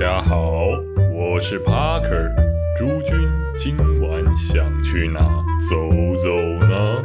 家好，我是 Parker， 诸君今晚想去哪走走呢？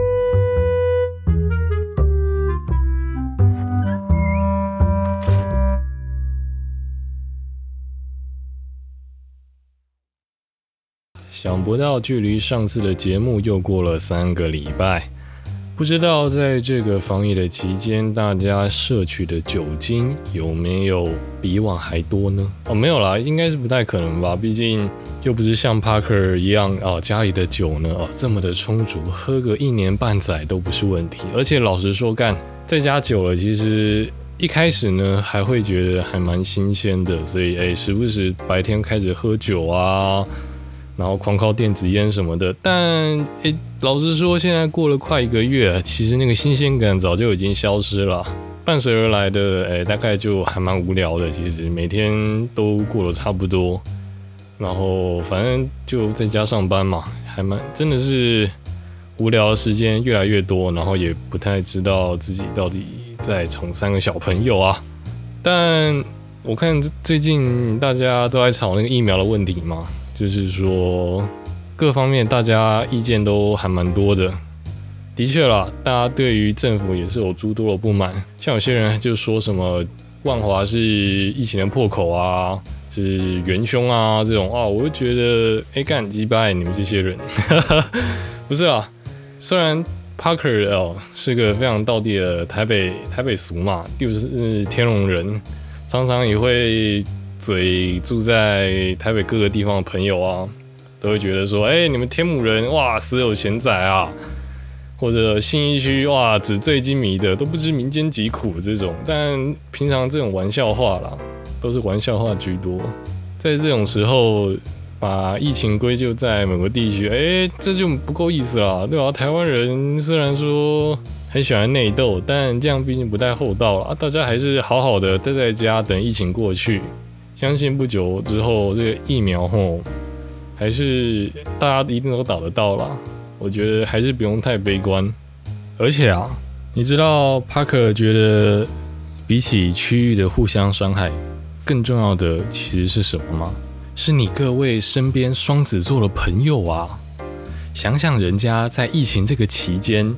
想不到距离上次的节目又过了3个礼拜，不知道在这个防疫的期间，大家摄取的酒精有没有比以往还多呢？没有啦，应该是不太可能吧，毕竟又不是像 Parker 一样家里的酒呢这么的充足，喝个1年半载都不是问题。而且老实说，在家久了，其实一开始呢还会觉得还蛮新鲜的，所以时不时白天开始喝酒啊，然后狂靠电子烟什么的，但老实说，现在过了快1个月，其实那个新鲜感早就已经消失了。伴随而来的大概就还蛮无聊的，其实每天都过得差不多，然后反正就在家上班嘛，真的是无聊的时间越来越多，然后也不太知道自己到底在宠3个小朋友啊。但我看最近大家都在吵那个疫苗的问题嘛，就是说各方面大家意见都还蛮多的。的确啦，大家对于政府也是有诸多的不满，像有些人就说什么万华是疫情的破口啊，是元凶啊这种我就觉得干鸡掰你们这些人不是啦，虽然 Parker 是个非常道地的台北俗嘛，就是天龙人，常常也会嘴住在台北各个地方的朋友啊，都会觉得说你们天母人哇死有钱仔啊，或者信义区哇纸醉金迷的都不知民间疾苦这种。但平常这种玩笑话啦，都是玩笑话居多。在这种时候把疫情归咎在某个地区，这就不够意思啦，对吧？台湾人虽然说很喜欢内斗，但这样毕竟不太厚道啦，大家还是好好的待在家等疫情过去。相信不久之后，这个疫苗还是大家一定都打得到啦。我觉得还是不用太悲观。而且你知道 Parker 觉得比起区域的互相伤害，更重要的其实是什么吗？是你各位身边双子座的朋友啊！想想人家在疫情这个期间，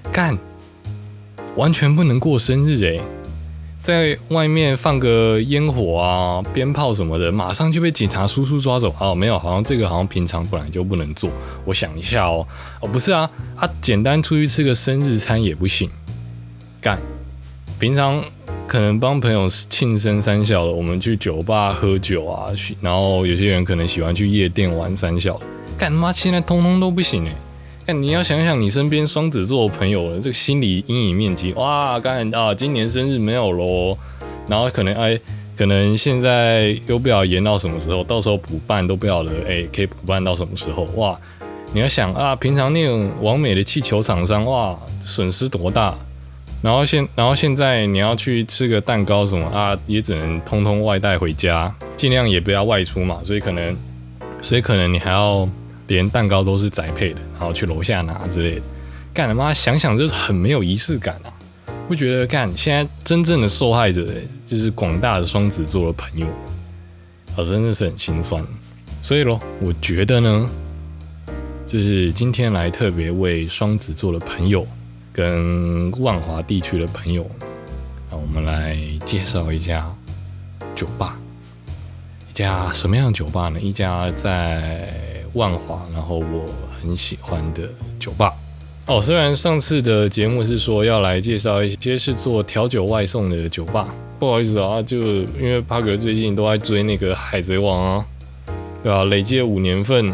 完全不能过生日在外面放个烟火啊、鞭炮什么的，马上就被警察叔叔抓走。没有，好像平常本来就不能做。我想一下不是简单出去吃个生日餐也不行。平常可能帮朋友庆生3小的，我们去酒吧喝酒啊，然后有些人可能喜欢去夜店玩3小的，他妈现在通通都不行你要想想你身边双子座的朋友的这个心理阴影面积，哇，今年生日没有咯，然后可能现在又不知道延到什么时候，到时候补办都不晓得可以补办到什么时候，哇，你要想平常那种完美的气球厂商，哇，损失多大，然后现在你要去吃个蛋糕什么也只能通通外带回家，尽量也不要外出嘛，所以可能你还要连蛋糕都是宅配的，然后去楼下拿之类的。他妈想想就是很没有仪式感啊！不觉得现在真正的受害者就是广大的双子座的朋友，真的是很心酸。所以我觉得呢，就是今天来特别为双子座的朋友跟万华地区的朋友，我们来介绍一家酒吧。一家什么样的酒吧呢？一家在万华，然后我很喜欢的酒吧。虽然上次的节目是说要来介绍一些是做调酒外送的酒吧，不好意思就因为帕格最近都在追那个海贼王对吧？累计了5年份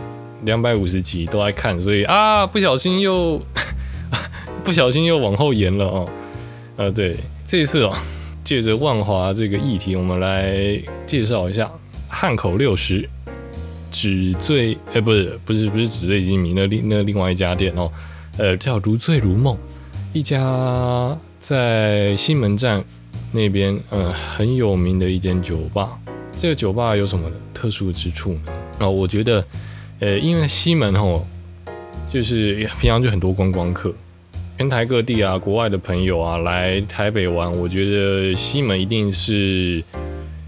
250集都在看，所以不小心又往后延了对，这一次借着万华这个议题，我们来介绍一下汉口60纸醉不是纸醉金迷，那另外一家店叫如醉如梦，一家在西门站那边很有名的一间酒吧。这个酒吧有什么特殊之处呢？我觉得因为西门就是平常就很多观光客，全台各地国外的朋友来台北玩，我觉得西门一定是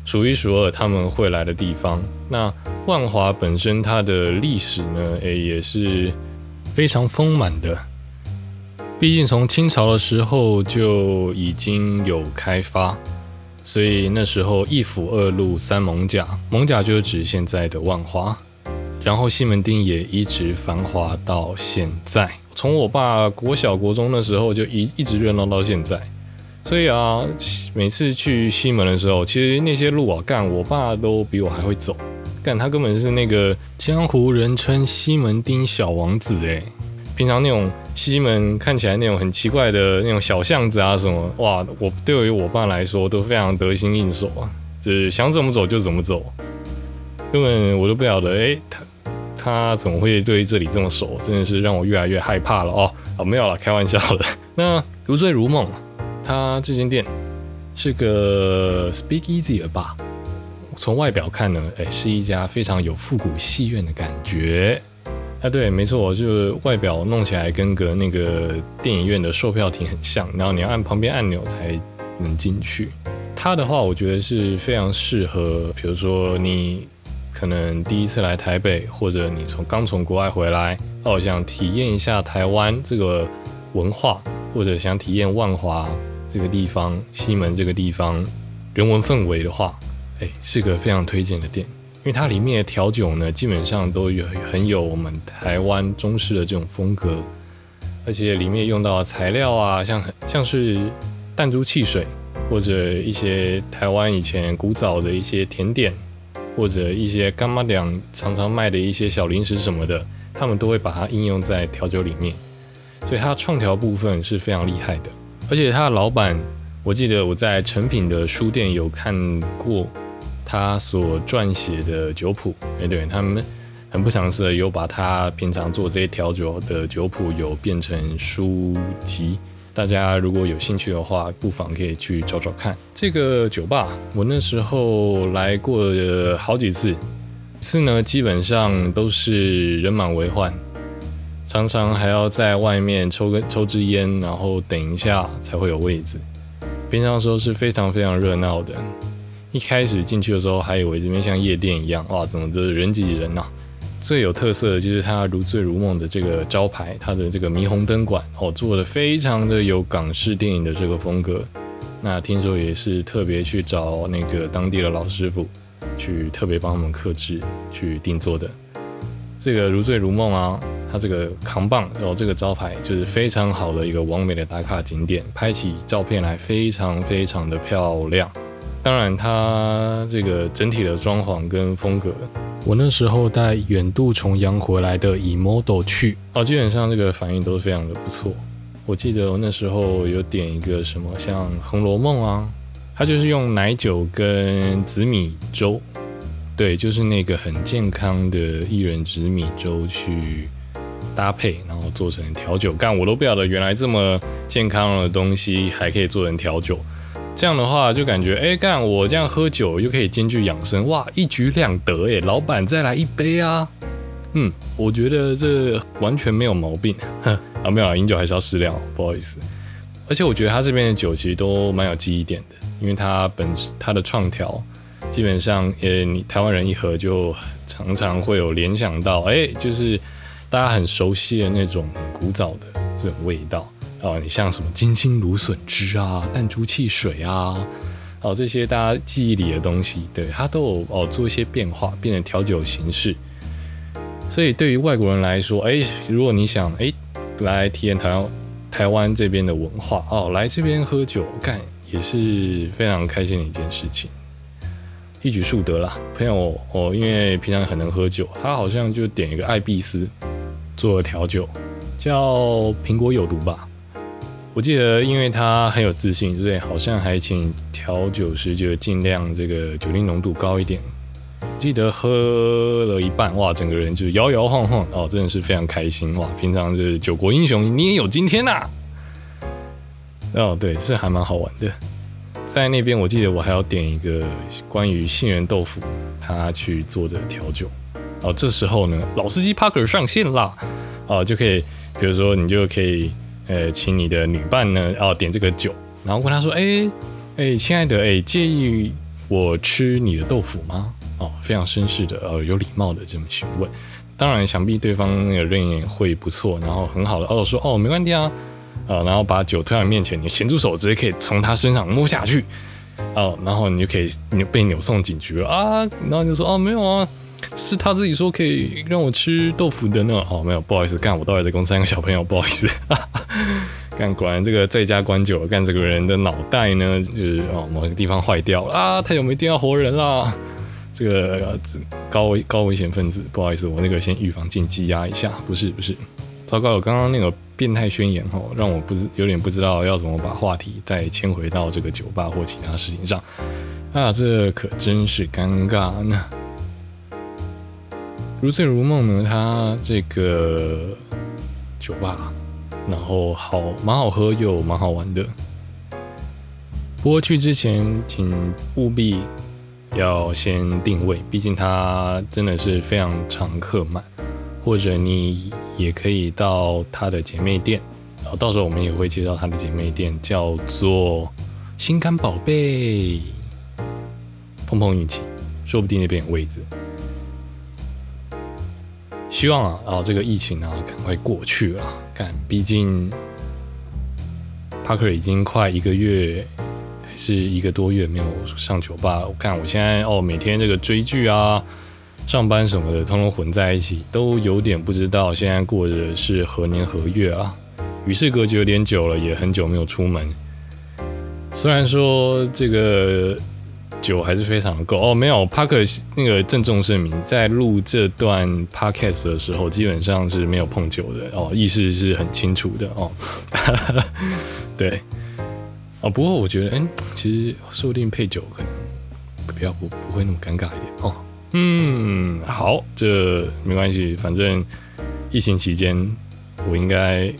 数一数二他们会来的地方。那万华本身它的历史呢，也是非常丰满的。毕竟从清朝的时候就已经有开发，所以那时候一府二路三艋舺，艋舺就是指现在的万华，然后西门町也一直繁华到现在。从我爸国小国中的时候就一直热闹到现在，所以啊，每次去西门的时候，其实那些路啊，干我爸都比我还会走，干他根本是那个江湖人称西门町小王子欸。平常那种西门看起来那种很奇怪的那种小巷子啊什么，哇，对于我爸来说都非常得心应手啊，就是想怎么走就怎么走，根本我都不晓得，他怎么会对这里这么熟，真的是让我越来越害怕了哦，没有啦，开玩笑的。那如醉如梦，它这间店是个 Speak Easy 的吧？从外表看呢，是一家非常有复古戏院的感觉。对，没错，就是外表弄起来跟个那个电影院的售票亭很像，然后你要按旁边按钮才能进去。它的话，我觉得是非常适合，比如说你可能第一次来台北，或者你刚从国外回来，想体验一下台湾这个文化，或者想体验万华这个地方、西门这个地方人文氛围的话，是个非常推荐的店。因为它里面的调酒呢，基本上都很有我们台湾中式的这种风格，而且里面用到的材料啊，像是弹珠汽水，或者一些台湾以前古早的一些甜点，或者一些干妈店常常卖的一些小零食什么的，他们都会把它应用在调酒里面，所以它创调部分是非常厉害的。而且它的老板，我记得我在诚品的书店有看过他所撰写的酒谱，对，他们很不尝试的有把他平常做这些调酒的酒谱有变成书籍，大家如果有兴趣的话，不妨可以去找找看。这个酒吧我那时候来过了好几次，呢基本上都是人满为患，常常还要在外面抽支烟，然后等一下才会有位置。平常的时候是非常非常热闹的。一开始进去的时候还以为这边像夜店一样，哇，怎么这人挤人啊？最有特色的就是它如醉如梦的这个招牌，它的这个霓虹灯管做的非常的有港式电影的这个风格。那听说也是特别去找那个当地的老师傅去特别帮他们客制去定做的。这个如醉如梦啊，它这个扛棒这个招牌就是非常好的一个完美的打卡景点，拍起照片来非常非常的漂亮。当然它这个整体的装潢跟风格，我那时候带远渡重洋回来的以 model 去基本上这个反应都非常的不错。我记得我那时候有点一个什么像红楼梦啊，它就是用奶酒跟紫米粥，对，就是那个很健康的薏仁紫米粥去搭配，然后做成调酒。干，我都不晓得原来这么健康的东西还可以做成调酒。这样的话就感觉干，我这样喝酒又可以兼具养生，哇，一举两得耶，老板再来一杯啊。我觉得这完全没有毛病。没有啦，饮酒还是要适量，不好意思。而且我觉得他这边的酒其实都蛮有记忆点的，因为他的创调基本上你台湾人一喝就常常会有联想到就是大家很熟悉的那种古早的这种味道。你像什么金青芦笋汁啊、弹珠汽水啊，这些大家记忆里的东西，对，它都有做一些变化，变成调酒形式。所以对于外国人来说，如果你想来体验台湾这边的文化，来这边喝酒干也是非常开心的一件事情，一举数得啦。朋友因为平常很能喝酒，他好像就点一个艾碧斯做了调酒，叫苹果有毒吧。我记得因为他很有自信，所以好像还请调酒师就尽量这个酒精浓度高一点。记得喝了一半，哇，整个人就摇摇晃晃，真的是非常开心，哇！平常就是酒国英雄，你也有今天呐。对，这还蛮好玩的。在那边我记得我还要点一个关于杏仁豆腐他去做的调酒。这时候呢，老司机 Parker 上线啦，就可以，比如说你就可以请你的女伴呢点这个酒，然后问他说，亲爱的，介意我吃你的豆腐吗？非常绅士的有礼貌的这么询问。当然想必对方那个人也会不错，然后很好的说没问题啊，然后把酒推到你面前，你咸猪手直接可以从他身上摸下去，然后你就可以被扭送警局了啊，然后你就说没有啊，是他自己说可以让我吃豆腐的呢。没有，不好意思，干我到底在供3个小朋友，不好意思。干果然这个在家关久了，干这个人的脑袋呢，就是某个地方坏掉了啊，太久没见到活人啦。这个高危险分子，不好意思，我那个先预防性羁押一下，不是，糟糕了，刚刚那个变态宣言让我有点不知道要怎么把话题再牵回到这个酒吧或其他事情上啊，这可真是尴尬呢。如醉如梦呢，他这个酒吧，然后蛮好喝又蛮好玩的。不过去之前，请务必要先定位，毕竟它真的是非常常客满，或者你也可以到它的姐妹店，到时候我们也会介绍它的姐妹店，叫做心肝宝贝，碰碰运气，说不定那边有位置。希望这个疫情赶快过去了，毕竟 Parker 已经快1个月。是1个多月没有上酒吧了。我现在每天这个追剧啊、上班什么的，通通混在一起，都有点不知道现在过的是何年何月了。与世隔绝有点久了，也很久没有出门。虽然说这个酒还是非常的够没有 Parker 那个郑重声明，在录这段 podcast 的时候，基本上是没有碰酒的意识是很清楚的对。不过我觉得，其实说不定配酒可能比较不会那么尴尬一点好，这没关系，反正疫情期间，我应该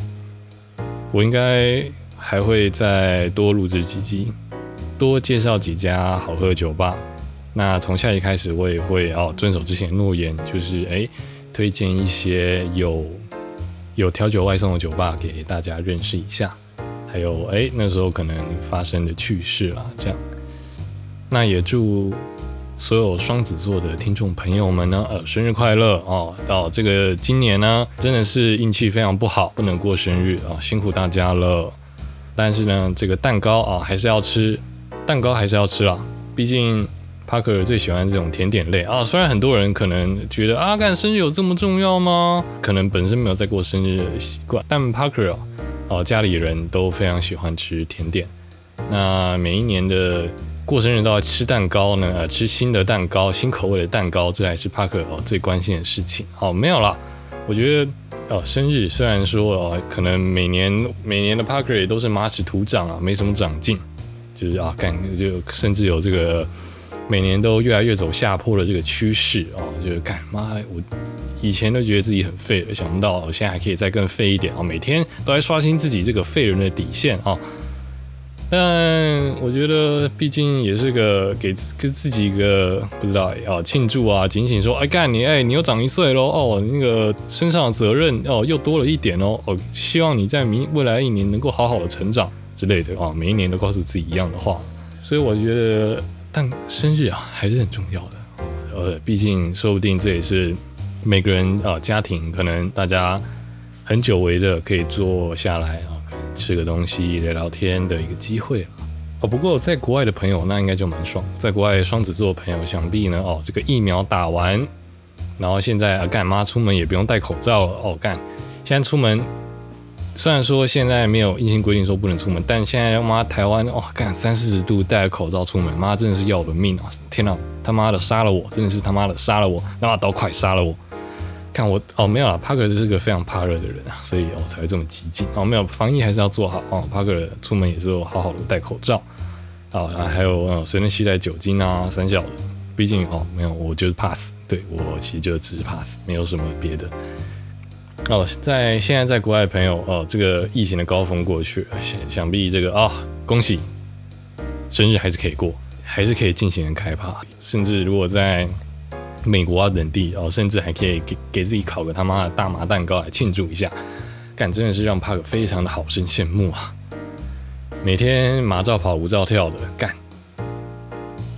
还会再多录制几集，多介绍几家好喝的酒吧。那从下集开始，我也会遵守之前的诺言，就是推荐一些有调酒外送的酒吧给大家认识一下。还有那时候可能发生的趣事啦，这样。那也祝所有双子座的听众朋友们呢，生日快乐到这个今年呢，真的是运气非常不好，不能过生日辛苦大家了。但是呢，这个蛋糕还是要吃，啦，毕竟 Parker 最喜欢这种甜点类虽然很多人可能觉得干生日有这么重要吗？可能本身没有在过生日的习惯，但 Parker家里人都非常喜欢吃甜点。那每一年的过生日都要吃蛋糕呢，吃新的蛋糕、新口味的蛋糕，这还是 Parker 最关心的事情。没有啦，我觉得生日虽然说可能每年的 Parker 也都是马齿土长没什么长进，就是就甚至有这个每年都越来越走下坡的这个趋势就是我以前都觉得自己很废了，想不到现在还可以再更废一点每天都在刷新自己这个废人的底线但我觉得毕竟也是个给自己一个不知道庆祝警醒说你又长1岁咯那个身上的责任又多了一点希望你在未来1年能够好好的成长之类的每一年都告诉自己一样的话。所以我觉得但生日还是很重要的毕竟说不定这也是每个人家庭可能大家很久违的可以坐下来吃个东西聊聊天的一个机会了不过在国外的朋友那应该就蛮爽，在国外双子座的朋友想必呢这个疫苗打完，然后现在妈出门也不用戴口罩了现在出门虽然说现在没有硬性规定说不能出门，但现在台湾30-40度戴口罩出门，真的是要我的命天哪，他妈的杀了我，真的是他妈的杀了我，那把刀快杀了我。我没有啦 Parker 是个非常怕热的人所以才会这么激进没有，防疫还是要做好Parker 出门也是好好的戴口罩还有随身携带酒精3小的，毕竟没有，我就是怕死，对，我其实就只是怕死，没有什么别的现在在国外的朋友这个疫情的高峰过去，想必这个恭喜，生日还是可以过，还是可以尽情的开趴，甚至如果在美国等地甚至还可以给自己烤个他妈的大麻蛋糕来庆祝一下，真的是让帕克非常的好生羡慕每天马照跑舞照跳的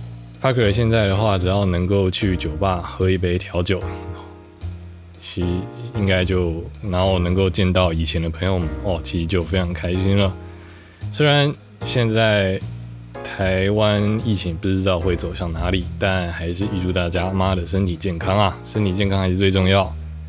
Parker 现在的话，只要能够去酒吧喝一杯调酒，其实应该就然后能够见到以前的朋友们其实就非常开心了。虽然现在台湾疫情不知道会走向哪里，但还是预祝大家妈的身体健康啊，身体健康还是最重要。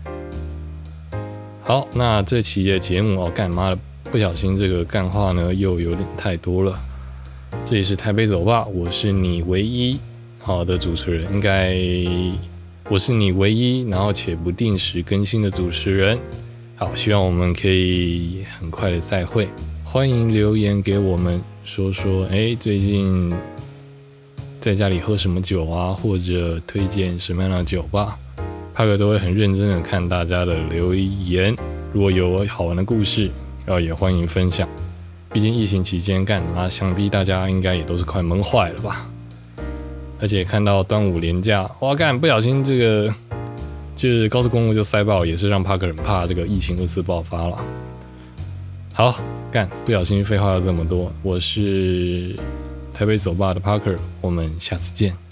好，那这期的节目干妈的不小心这个干话呢又有点太多了。这里是台北走吧，我是你唯一好的主持人，应该我是你唯一然后且不定时更新的主持人。好，希望我们可以很快的再会。欢迎留言给我们说说，最近在家里喝什么酒啊，或者推荐什么样的酒吧。帕克都会很认真的看大家的留言，如果有好玩的故事，也欢迎分享。毕竟疫情期间想必大家应该也都是快闷坏了吧。而且看到端午连假，不小心这个就是高速公路就塞爆了，也是让帕克很怕这个疫情2次爆发了。好，不小心废话了这么多，我是台北走吧的 Parker， 我们下次见。